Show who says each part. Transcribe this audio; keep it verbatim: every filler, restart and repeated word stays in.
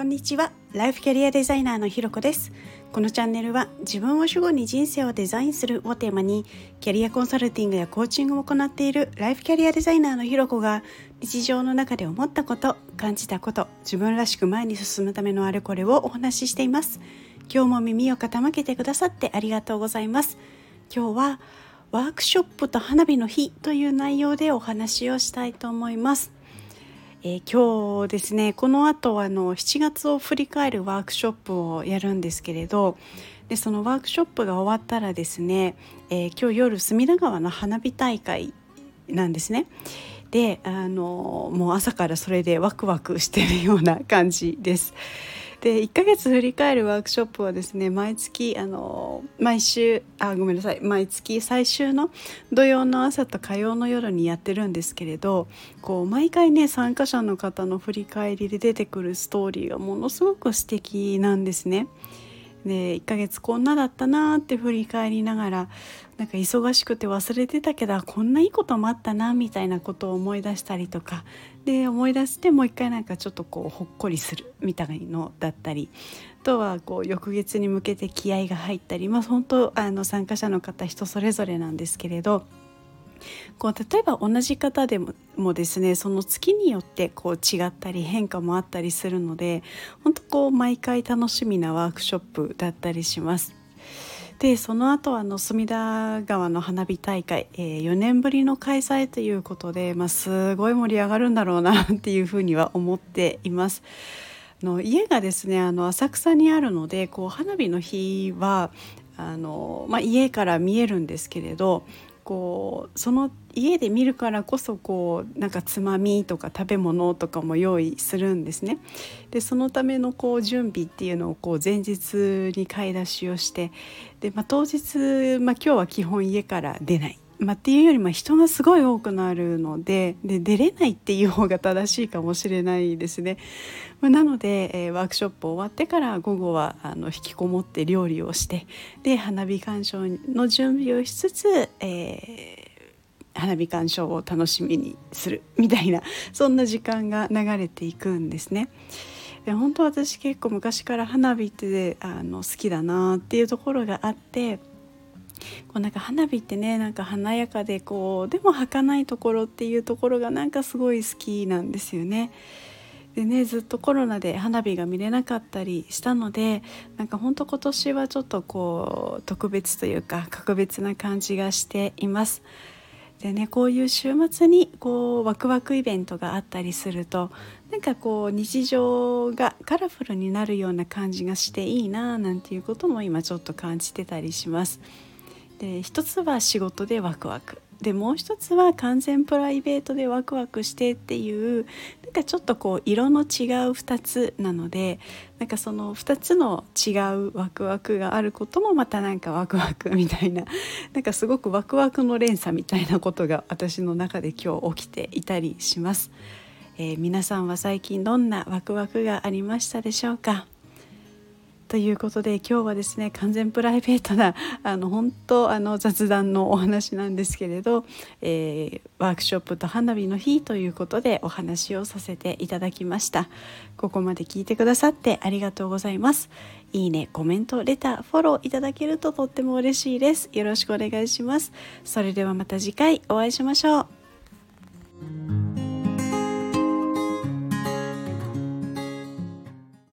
Speaker 1: んにちは。ライフキャリアデザイナーのひろこです。このチャンネルは自分を主語に人生をデザインするをテーマに、キャリアコンサルティングやコーチングを行っているライフキャリアデザイナーのひろこが、日常の中で思ったこと、感じたこと、自分らしく前に進むためのあれこれをお話ししています。今日も耳を傾けてくださってありがとうございます。今日はワークショップと花火の日という内容でお話をしたいと思います。えー、今日ですね、この後あのしちがつを振り返るワークショップをやるんですけれど、でそのワークショップが終わったらですね、えー、今日夜隅田川の花火大会なんですね。であのもう朝からそれでワクワクしているような感じです。でいっかげつ振り返るワークショップはですね、毎月あの毎週あごめんなさい毎月最終の土曜の朝と火曜の夜にやってるんですけれど、こう毎回ね、参加者の方の振り返りで出てくるストーリーがものすごく素敵なんですね。でいっかげつこんなだったなって振り返りながら、なんか忙しくて忘れてたけどこんないいこともあったなみたいなことを思い出したりとかで、思い出してもう一回なんかちょっとこうほっこりするみたいのだったり、あとはこう翌月に向けて気合が入ったり、まあ本当あの参加者の方人それぞれなんですけれど、こう例えば同じ方でももですね、その月によってこう違ったり変化もあったりするので、本当こう毎回楽しみなワークショップだったりします。でその後あの隅田川の花火大会、えー、よねんぶりの開催ということで、まあ、すごい盛り上がるんだろうなっていうふうには思っています。あの家がですねあの浅草にあるので、こう花火の日はあの、まあ、家から見えるんですけれど、こうその家で見るからこそこうなんかつまみとか食べ物とかも用意するんですね。でそのためのこう準備っていうのをこう前日に買い出しをして、で、まあ、当日、まあ、今日は基本家から出ない、まあ、っていうよりも人がすごい多くなるので、で出れないっていう方が正しいかもしれないですね。まあ、なので、えー、ワークショップ終わってから午後はあの引きこもって料理をして、で花火鑑賞の準備をしつつ、えー花火鑑賞を楽しみにするみたいな、そんな時間が流れていくんですね。で本当私結構昔から花火ってあの好きだなっていうところがあって、こうなんか花火ってね、なんか華やかでこうでも儚いところっていうところがなんかすごい好きなんですよね。でね、ずっとコロナで花火が見れなかったりしたので、なんか本当今年はちょっとこう特別というか格別な感じがしています。でね、こういう週末にこうワクワクイベントがあったりすると、なんかこう日常がカラフルになるような感じがしていいななんていうことも今ちょっと感じてたりします。で一つは仕事でワクワクで、もう一つは完全プライベートでワクワクしてっていう、なんかちょっとこう色の違うふたつなので、なんかそのふたつの違うワクワクがあることもまたなんかワクワクみたいな、なんかすごくワクワクの連鎖みたいなことが私の中で今日起きていたりします。えー、皆さんは最近どんなワクワクがありましたでしょうか。ということで今日はですね、完全プライベートなあの本当あの雑談のお話なんですけれど、えー、ワークショップと花火の日ということでお話をさせていただきました。ここまで聞いてくださってありがとうございます。いいね、コメント、レター、フォローいただけるととっても嬉しいです。よろしくお願いします。それではまた次回お会いしましょう。